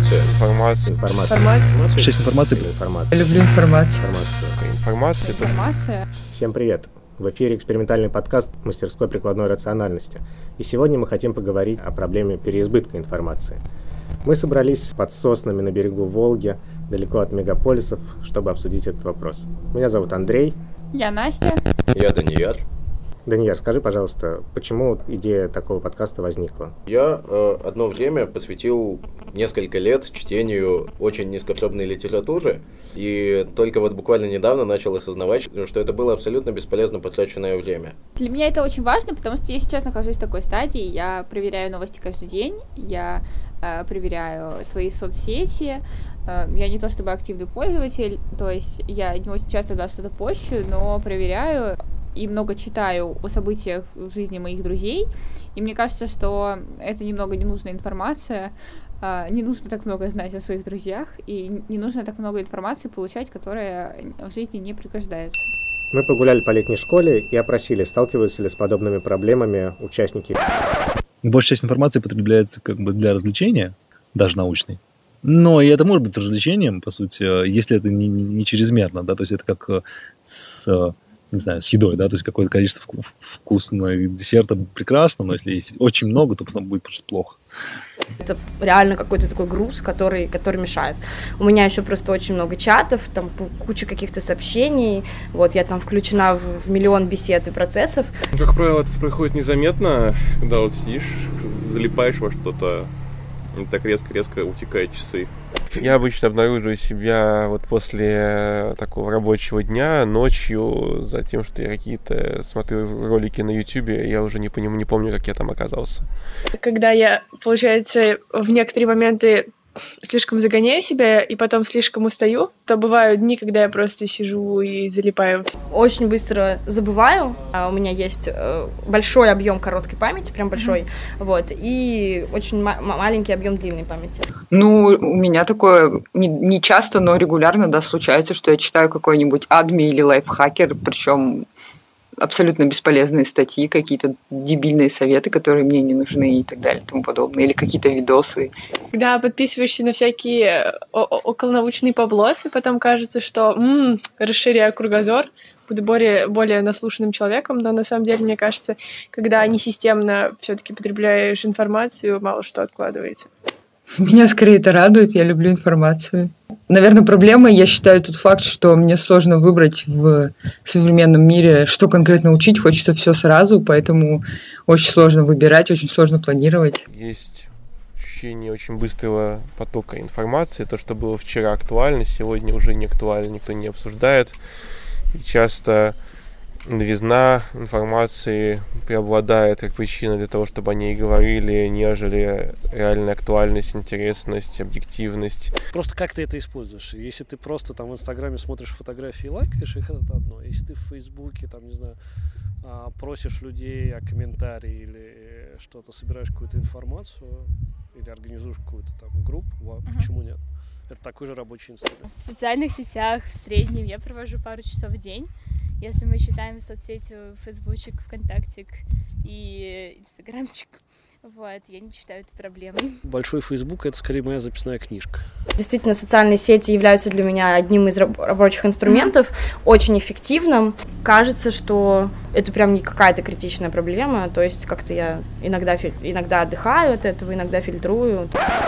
Информация. Часть информации. Я люблю информацию. Информация. Всем привет! В эфире экспериментальный подкаст «Мастерской прикладной рациональности». И сегодня мы хотим поговорить о проблеме переизбытка информации. Мы собрались под соснами на берегу Волги, далеко от мегаполисов, чтобы обсудить этот вопрос. Меня зовут Андрей. Я Настя. Я Данияр. Данияр, скажи, пожалуйста, почему идея такого подкаста возникла? Я одно время посвятил несколько лет чтению очень низкопробной литературы, и только вот буквально недавно начал осознавать, что это было абсолютно бесполезно потраченное время. Для меня это очень важно, потому что я сейчас нахожусь в такой стадии, я проверяю новости каждый день, я проверяю свои соцсети, я не то чтобы активный пользователь, то есть я не очень часто туда что-то пощу, но проверяю и много читаю о событиях в жизни моих друзей, и мне кажется, что это немного ненужная информация, не нужно так много знать о своих друзьях, и не нужно так много информации получать, которая в жизни не пригождается. Мы погуляли по летней школе и опросили, сталкиваются ли с подобными проблемами участники. Большая часть информации потребляется как бы для развлечения, даже научной. Но и это может быть развлечением, по сути, если это не чрезмерно, да, то есть это как с едой, да, то есть какое-то количество вкусного десерта прекрасно, но если есть очень много, то потом будет просто плохо. Это реально какой-то такой груз, который мешает. У меня еще просто очень много чатов, там куча каких-то сообщений, вот я там включена в миллион бесед и процессов. Как правило, это происходит незаметно, когда вот сидишь, залипаешь во что-то, и так резко утекают часы. Я обычно обнаруживаю себя вот после такого рабочего дня ночью за тем, что я какие-то смотрю ролики на Ютубе, я уже не помню, как я там оказался. Когда я, получается, в некоторые моменты слишком загоняю себя и потом слишком устаю, то бывают дни, когда я просто сижу и залипаю. Очень быстро забываю. У меня есть большой объем короткой памяти, прям большой, вот, и очень маленький объем длинной памяти. Ну, у меня такое не часто, но регулярно, да, случается, что я читаю какой-нибудь адми или лайфхакер, причем абсолютно бесполезные статьи, какие-то дебильные советы, которые мне не нужны и так далее и тому подобное, или какие-то видосы. Когда подписываешься на всякие околонаучные поблосы, потом кажется, что расширяю кругозор, буду более наслушанным человеком, но на самом деле, мне кажется, когда несистемно все-таки потребляешь информацию, мало что откладывается. Меня скорее это радует, я люблю информацию. Наверное, проблемой я считаю тот факт, что мне сложно выбрать в современном мире, что конкретно учить, хочется все сразу, поэтому очень сложно выбирать, очень сложно планировать. Есть ощущение очень быстрого потока информации, то, что было вчера актуально, сегодня уже не актуально, никто не обсуждает, и часто новизна информации преобладает как причина для того, чтобы о ней говорили, нежели реальная актуальность, интересность, объективность. Просто как ты это используешь? Если ты просто там в Инстаграме смотришь фотографии и лайкаешь их, это одно. Если ты в Фейсбуке, там, не знаю, просишь людей о комментарии или что-то, собираешь какую-то информацию или организуешь какую-то там группу, почему нет? Это такой же рабочий инструмент. В социальных сетях в среднем я провожу пару часов в день. Если мы считаем соцсети Фейсбучик, ВКонтактик и Инстаграмчик, вот, я не считаю это проблемой. Большой Фейсбук — это скорее моя записная книжка. Действительно, социальные сети являются для меня одним из рабочих инструментов, очень эффективным. Кажется, что это прям не какая-то критичная проблема, то есть как-то я иногда отдыхаю от этого, иногда фильтрую.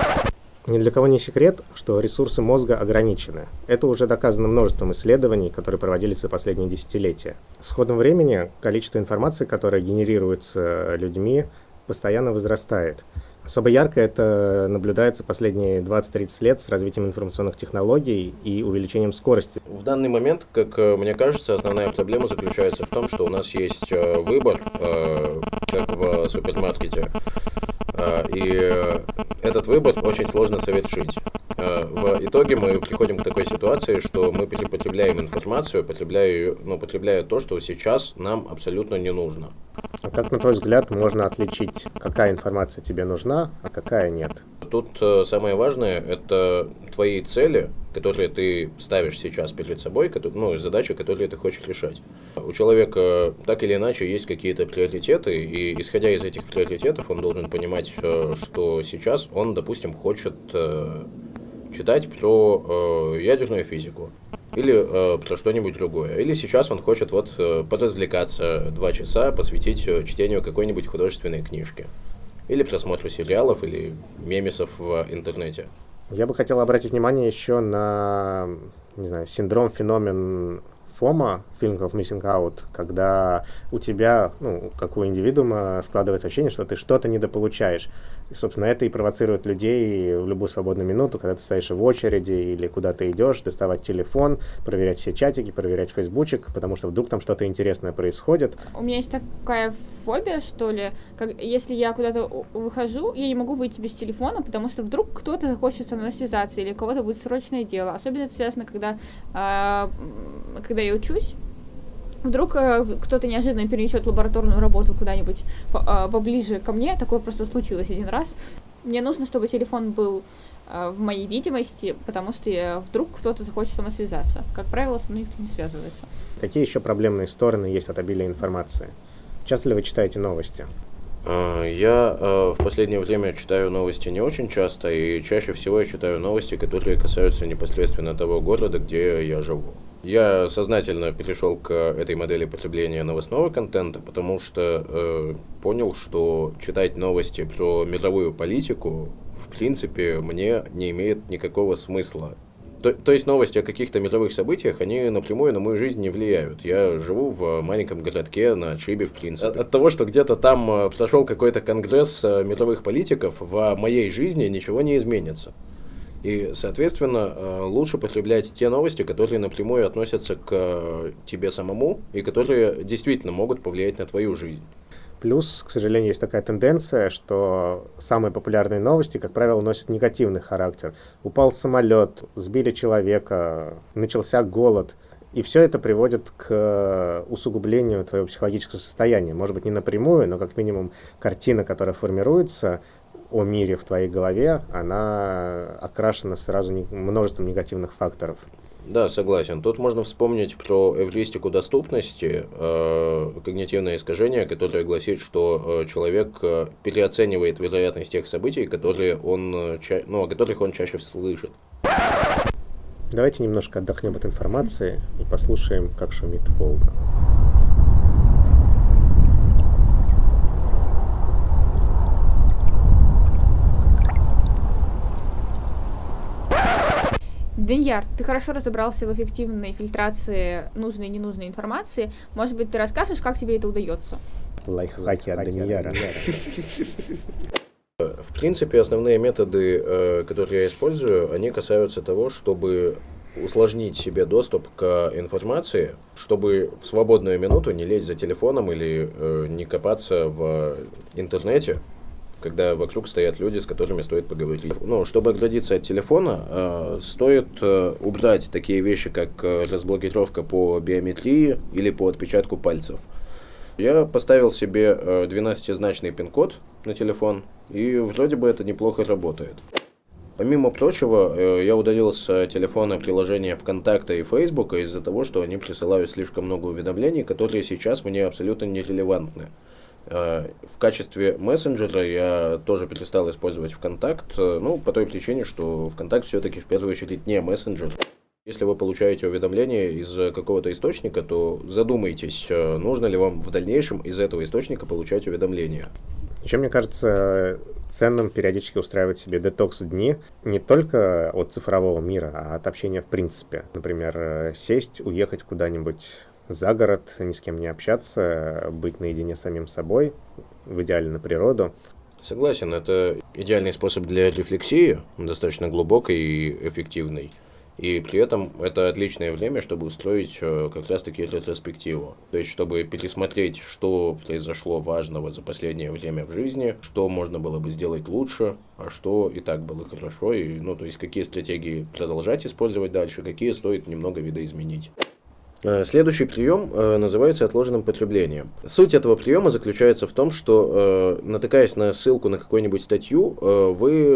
Ни для кого не секрет, что ресурсы мозга ограничены. Это уже доказано множеством исследований, которые проводились за последние десятилетия. С ходом времени количество информации, которая генерируется людьми, постоянно возрастает. Особо ярко это наблюдается последние 20-30 лет с развитием информационных технологий и увеличением скорости. В данный момент, как мне кажется, основная проблема заключается в том, что у нас есть выбор, как в супермаркете, и этот выбор очень сложно совершить. В итоге мы приходим к такой ситуации, что мы потребляем информацию, потребляя то, что сейчас нам абсолютно не нужно. А как, на твой взгляд, можно отличить, какая информация тебе нужна, а какая нет? Тут самое важное – это свои цели, которые ты ставишь сейчас перед собой, задачи, которые ты хочешь решать. У человека так или иначе есть какие-то приоритеты, и исходя из этих приоритетов, он должен понимать, что сейчас он, допустим, хочет читать про ядерную физику или про что-нибудь другое. Или сейчас он хочет поразвлекаться 2 часа, посвятить чтению какой-нибудь художественной книжки. Или просмотру сериалов, или мемесов в интернете. Я бы хотел обратить внимание еще на, синдром, феномен FOMO, Feeling of Missing Out, когда у тебя, как у индивидуума, складывается ощущение, что ты что-то недополучаешь. И, собственно, это и провоцирует людей в любую свободную минуту, когда ты стоишь в очереди или куда ты идешь, доставать телефон, проверять все чатики, проверять фейсбучик, потому что вдруг там что-то интересное происходит. У меня есть такая фобия, что ли, если я куда-то выхожу, я не могу выйти без телефона, потому что вдруг кто-то захочет со мной связаться, или у кого-то будет срочное дело. Особенно это связано, когда я учусь. Вдруг кто-то неожиданно перенесет лабораторную работу куда-нибудь поближе ко мне. Такое просто случилось 1 раз. Мне нужно, чтобы телефон был в моей видимости, потому что вдруг кто-то захочет со мной связаться. Как правило, со мной никто не связывается. Какие еще проблемные стороны есть от обилия информации? Часто ли вы читаете новости? Я в последнее время читаю новости не очень часто, и чаще всего я читаю новости, которые касаются непосредственно того города, где я живу. Я сознательно перешел к этой модели потребления новостного контента, потому что понял, что читать новости про мировую политику, в принципе, мне не имеет никакого смысла. То есть новости о каких-то мировых событиях, они напрямую на мою жизнь не влияют. Я живу в маленьком городке на отшибе, в принципе. От того, что где-то там прошел какой-то конгресс мировых политиков, в моей жизни ничего не изменится. И, соответственно, лучше потреблять те новости, которые напрямую относятся к тебе самому и которые действительно могут повлиять на твою жизнь. Плюс, к сожалению, есть такая тенденция, что самые популярные новости, как правило, носят негативный характер. Упал самолет, сбили человека, начался голод. И все это приводит к усугублению твоего психологического состояния. Может быть, не напрямую, но как минимум картина, которая формируется о мире в твоей голове, она окрашена сразу множеством негативных факторов. Да, согласен. Тут можно вспомнить про эвристику доступности, когнитивное искажение, которое гласит, что человек переоценивает вероятность тех событий, о которых он чаще слышит. Давайте немножко отдохнем от информации и послушаем, как шумит Волга. Данияр, ты хорошо разобрался в эффективной фильтрации нужной и ненужной информации. Может быть, ты расскажешь, как тебе это удается? Лайфхаки от Данияра. В принципе, основные методы, которые я использую, они касаются того, чтобы усложнить себе доступ к информации, чтобы в свободную минуту не лезть за телефоном или не копаться в интернете, когда вокруг стоят люди, с которыми стоит поговорить. Чтобы оградиться от телефона, стоит убрать такие вещи, как разблокировка по биометрии или по отпечатку пальцев. Я поставил себе 12-значный пин-код на телефон, и вроде бы это неплохо работает. Помимо прочего, я удалил с телефона приложения ВКонтакта и Фейсбука из-за того, что они присылают слишком много уведомлений, которые сейчас мне абсолютно нерелевантны. В качестве мессенджера я тоже перестал использовать ВКонтакт, по той причине, что ВКонтакт все-таки в первую очередь не мессенджер. Если вы получаете уведомления из какого-то источника, то задумайтесь, нужно ли вам в дальнейшем из этого источника получать уведомления. Еще мне кажется ценным периодически устраивать себе детокс-дни не только от цифрового мира, а от общения в принципе. Например, сесть, уехать куда-нибудь за город, ни с кем не общаться, быть наедине с самим собой, в идеале на природу. Согласен, это идеальный способ для рефлексии, достаточно глубокой и эффективной. И при этом это отличное время, чтобы устроить как раз-таки ретроспективу. То есть, чтобы пересмотреть, что произошло важного за последнее время в жизни, что можно было бы сделать лучше, а что и так было хорошо, и, то есть, какие стратегии продолжать использовать дальше, какие стоит немного видоизменить. Следующий прием называется отложенным потреблением. Суть этого приема заключается в том, что, натыкаясь на ссылку на какую-нибудь статью, вы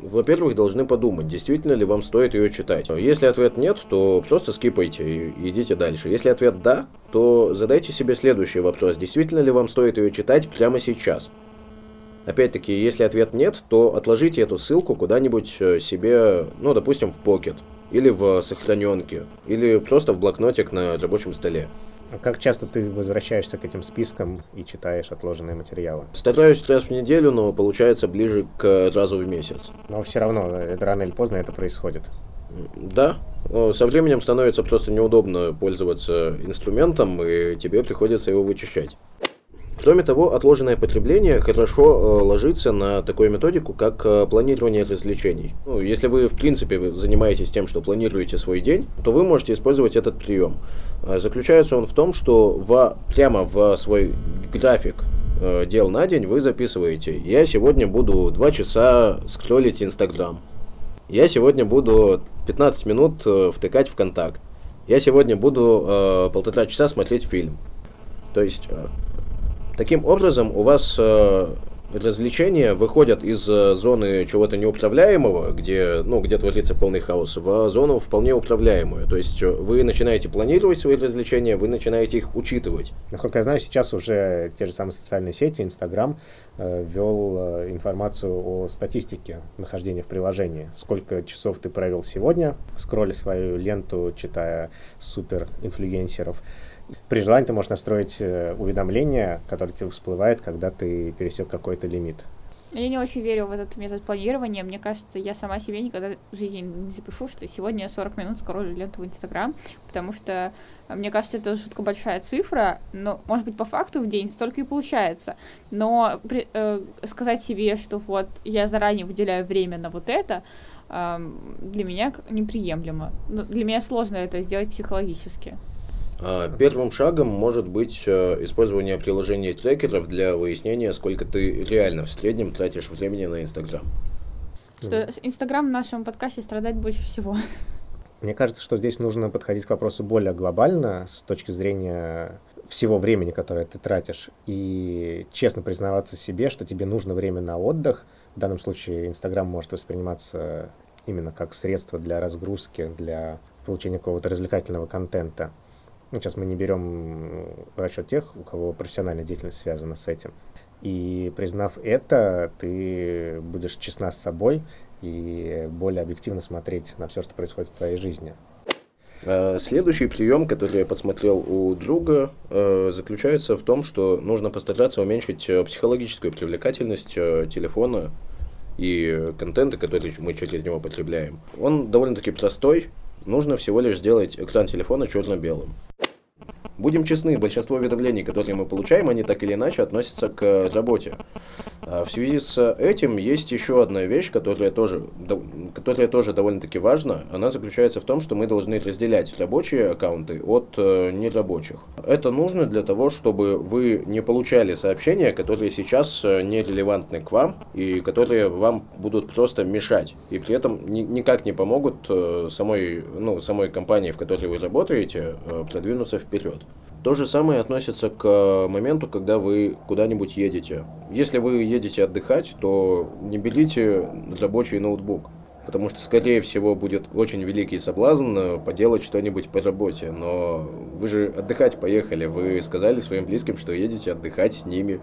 во-первых, должны подумать, действительно ли вам стоит ее читать. Если ответ нет, то просто скипайте и идите дальше. Если ответ да, то задайте себе следующий вопрос. Действительно ли вам стоит ее читать прямо сейчас? Опять-таки, если ответ нет, то отложите эту ссылку куда-нибудь себе, ну, допустим, в Pocket, или в сохраненке, или просто в блокнотик на рабочем столе. А как часто ты возвращаешься к этим спискам и читаешь отложенные материалы? Стараюсь раз в неделю, но получается ближе к разу в месяц. Но все равно, рано или поздно это происходит. Да, со временем становится просто неудобно пользоваться инструментом, и тебе приходится его вычищать. Кроме того, отложенное потребление хорошо ложится на такую методику, как планирование развлечений. Ну, если вы, в принципе, занимаетесь тем, что планируете свой день, то вы можете использовать этот прием. Заключается он в том, что прямо в свой график дел на день вы записываете: я сегодня буду 2 часа скроллить Инстаграм. Я сегодня буду 15 минут втыкать в контакт. Я сегодня буду 1,5 часа смотреть фильм. То есть... Таким образом, у вас развлечения выходят из зоны чего-то неуправляемого, где творится полный хаос, в зону вполне управляемую. То есть вы начинаете планировать свои развлечения, вы начинаете их учитывать. Насколько я знаю, сейчас уже те же самые социальные сети, Инстаграм, ввел информацию о статистике нахождения в приложении. Сколько часов ты провел сегодня, скролля свою ленту, читая суперинфлюенсеров. При желании ты можешь настроить уведомления, которые тебе всплывают, когда ты пересек какой-то лимит. Я не очень верю в этот метод планирования. Мне кажется, я сама себе никогда в жизни не запишу, что сегодня я 40 минут скроллю ленту в Инстаграм, потому что, мне кажется, это жутко большая цифра, но, может быть, по факту в день столько и получается. Но сказать себе, что вот я заранее выделяю время на вот это, для меня неприемлемо. Для меня сложно это сделать психологически. Первым шагом может быть использование приложений-трекеров для выяснения, сколько ты реально в среднем тратишь времени на Инстаграм. Что Инстаграм в нашем подкасте страдает больше всего. Мне кажется, что здесь нужно подходить к вопросу более глобально, с точки зрения всего времени, которое ты тратишь, и честно признаваться себе, что тебе нужно время на отдых. В данном случае Инстаграм может восприниматься именно как средство для разгрузки, для получения какого-то развлекательного контента. Сейчас мы не берем в расчет тех, у кого профессиональная деятельность связана с этим. И признав это, ты будешь честна с собой и более объективно смотреть на все, что происходит в твоей жизни. Следующий прием, который я посмотрел у друга, заключается в том, что нужно постараться уменьшить психологическую привлекательность телефона и контента, который мы через него потребляем. Он довольно-таки простой. Нужно всего лишь сделать экран телефона черно-белым. Будем честны, большинство уведомлений, которые мы получаем, они так или иначе относятся к работе. В связи с этим есть еще одна вещь, которая тоже довольно-таки важна. Она заключается в том, что мы должны разделять рабочие аккаунты от нерабочих. Это нужно для того, чтобы вы не получали сообщения, которые сейчас нерелевантны к вам и которые вам будут просто мешать. И при этом никак не помогут самой компании, в которой вы работаете, продвинуться вперед. То же самое относится к моменту, когда вы куда-нибудь едете. Если вы едете отдыхать, то не берите рабочий ноутбук, потому что, скорее всего, будет очень великий соблазн поделать что-нибудь по работе. Но вы же отдыхать поехали, вы сказали своим близким, что едете отдыхать с ними.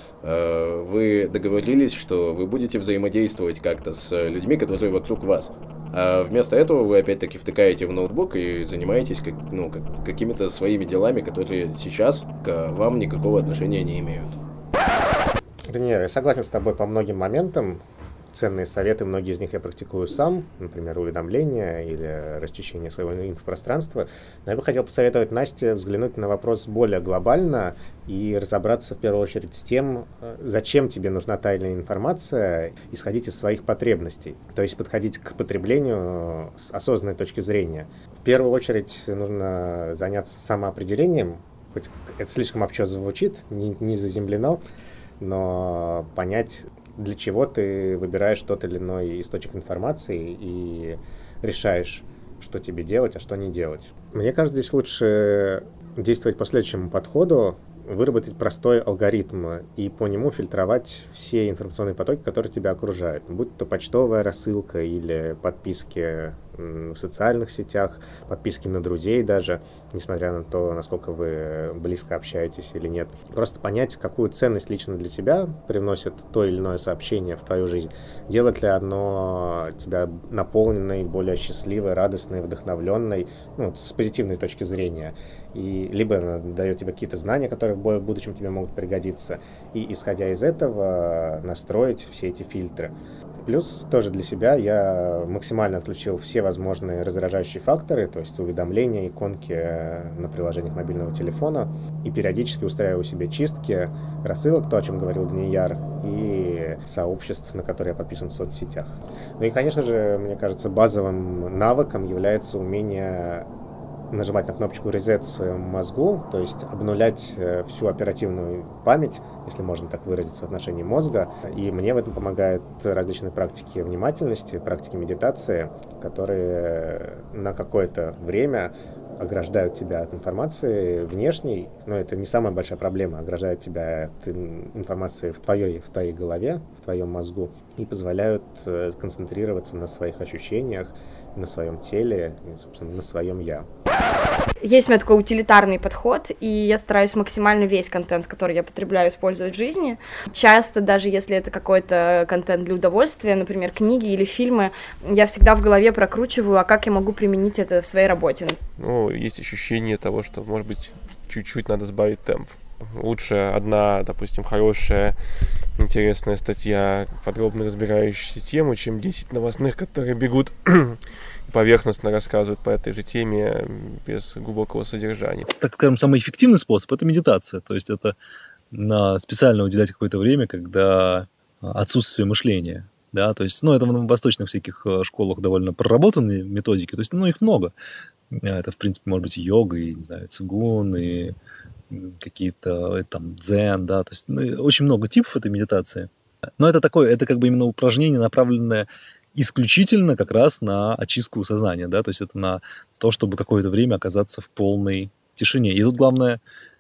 Вы договорились, что вы будете взаимодействовать как-то с людьми, которые вокруг вас. А вместо этого вы опять-таки втыкаете в ноутбук и занимаетесь какими-то своими делами, которые сейчас к вам никакого отношения не имеют. Даниэль, я согласен с тобой по многим моментам. Ценные советы, многие из них я практикую сам, например, уведомления или расчищение своего инфопространства. Но я бы хотел посоветовать Насте взглянуть на вопрос более глобально и разобраться в первую очередь с тем, зачем тебе нужна та или иная информация, исходить из своих потребностей. То есть подходить к потреблению с осознанной точки зрения. В первую очередь нужно заняться самоопределением, хоть это слишком общо звучит, не заземлено, но понять, для чего ты выбираешь тот или иной источник информации и решаешь, что тебе делать, а что не делать. Мне кажется, здесь лучше действовать по следующему подходу. выработать простой алгоритм и по нему фильтровать все информационные потоки, которые тебя окружают. Будь то почтовая рассылка или подписки в социальных сетях, подписки на друзей даже, несмотря на то, насколько вы близко общаетесь или нет. Просто понять, какую ценность лично для тебя привносит то или иное сообщение в твою жизнь. Делает ли оно тебя наполненной, более счастливой, радостной, вдохновленной, с позитивной точки зрения. И либо она дает тебе какие-то знания, которые в будущем тебе могут пригодиться. И исходя из этого настроить все эти фильтры. Плюс тоже для себя я максимально отключил все возможные раздражающие факторы, то есть уведомления, иконки на приложениях мобильного телефона, и периодически устраиваю себе чистки рассылок, то, о чем говорил Данияр, и сообществ, на которые я подписан в соцсетях. Ну и, конечно же, мне кажется, базовым навыком является умение нажимать на кнопочку reset в своем мозгу, то есть обнулять всю оперативную память, если можно так выразиться, в отношении мозга. И мне в этом помогают различные практики внимательности, практики медитации, которые на какое-то время ограждают тебя от информации внешней, но это не самая большая проблема, ограждают тебя от информации в твоей голове, в твоем мозгу, и позволяют концентрироваться на своих ощущениях, на своем теле, и, собственно, на своем «я». Есть у меня такой утилитарный подход, и я стараюсь максимально весь контент, который я потребляю, использовать в жизни. Часто, даже если это какой-то контент для удовольствия, например, книги или фильмы, я всегда в голове прокручиваю, а как я могу применить это в своей работе. Есть ощущение того, что, может быть, чуть-чуть надо сбавить темп. Лучше одна, допустим, хорошая, интересная статья, подробно разбирающаяся тему, чем 10 новостных, которые бегут поверхностно рассказывают по этой же теме без глубокого содержания. Так скажем, самый эффективный способ – это медитация. То есть это специально уделять какое-то время, когда отсутствие мышления. Да? То есть, это в восточных всяких школах довольно проработанные методики. То есть, их много. Это, в принципе, может быть, йога, и, не знаю, цигун, и какие-то там дзен, да, то есть очень много типов этой медитации. Но это как бы именно упражнение, направленное исключительно как раз на очистку сознания, да, то есть это на то, чтобы какое-то время оказаться в полной тишине. И тут главный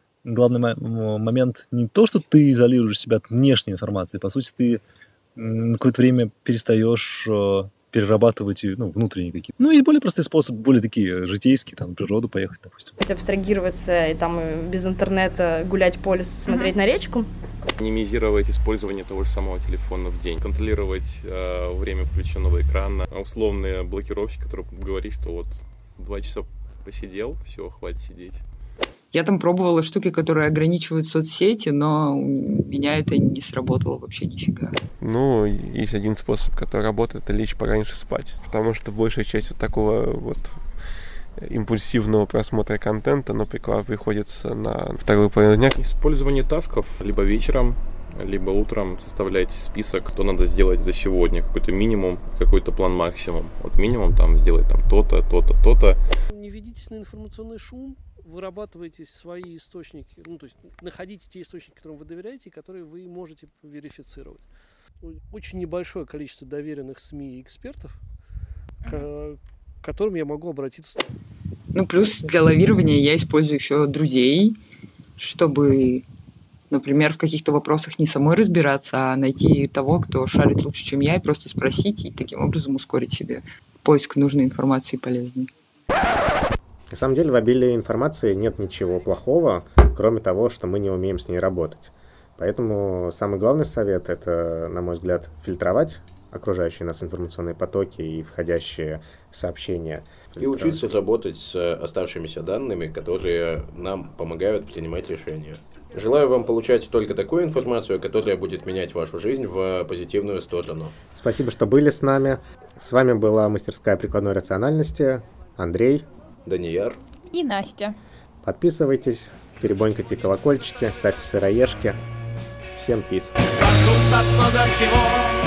момент не то, что ты изолируешь себя от внешней информации, по сути, ты на какое-то время перестаешь перерабатывать внутренние какие-то. И более простой способ, более такие житейские, там, в природу поехать, допустим. Абстрагироваться и там без интернета гулять по лесу, смотреть на речку. Минимизировать использование того же самого телефона в день. Контролировать время включенного экрана. Условный блокировщик, который говорит, что 2 часа посидел, все, хватит сидеть. Я там пробовала штуки, которые ограничивают соцсети, но у меня это не сработало вообще нифига. Есть один способ, который работает, это лечь пораньше спать. Потому что большая часть такого импульсивного просмотра контента, приходится на вторую половину дня. Использование тасков либо вечером, либо утром составляйте список, что надо сделать за сегодня. Какой-то минимум, какой-то план максимум. Минимум сделать то-то, то-то, то-то. Не ведитесь на информационный шум, вырабатывайте свои источники, то есть находите те источники, которым вы доверяете, и которые вы можете верифицировать. Очень небольшое количество доверенных СМИ и экспертов, к которым я могу обратиться. Плюс для лавирования я использую еще друзей, чтобы, например, в каких-то вопросах не самой разбираться, а найти того, кто шарит лучше, чем я, и просто спросить, и таким образом ускорить себе поиск нужной информации полезной. На самом деле в обилии информации нет ничего плохого, кроме того, что мы не умеем с ней работать. Поэтому самый главный совет – это, на мой взгляд, фильтровать окружающие нас информационные потоки и входящие сообщения. И учиться работать с оставшимися данными, которые нам помогают принимать решения. Желаю вам получать только такую информацию, которая будет менять вашу жизнь в позитивную сторону. Спасибо, что были с нами. С вами была мастерская прикладной рациональности. Андрей, Данияр и Настя. Подписывайтесь, теребонькайте колокольчики, ставьте сыроежки. Всем пиз. Вокруг так много всего,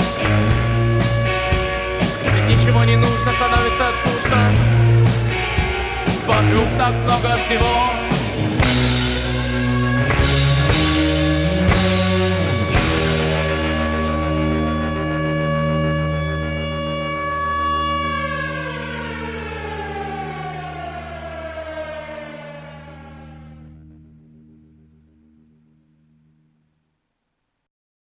ничего не нужно, становится скучно. Вокруг так много всего.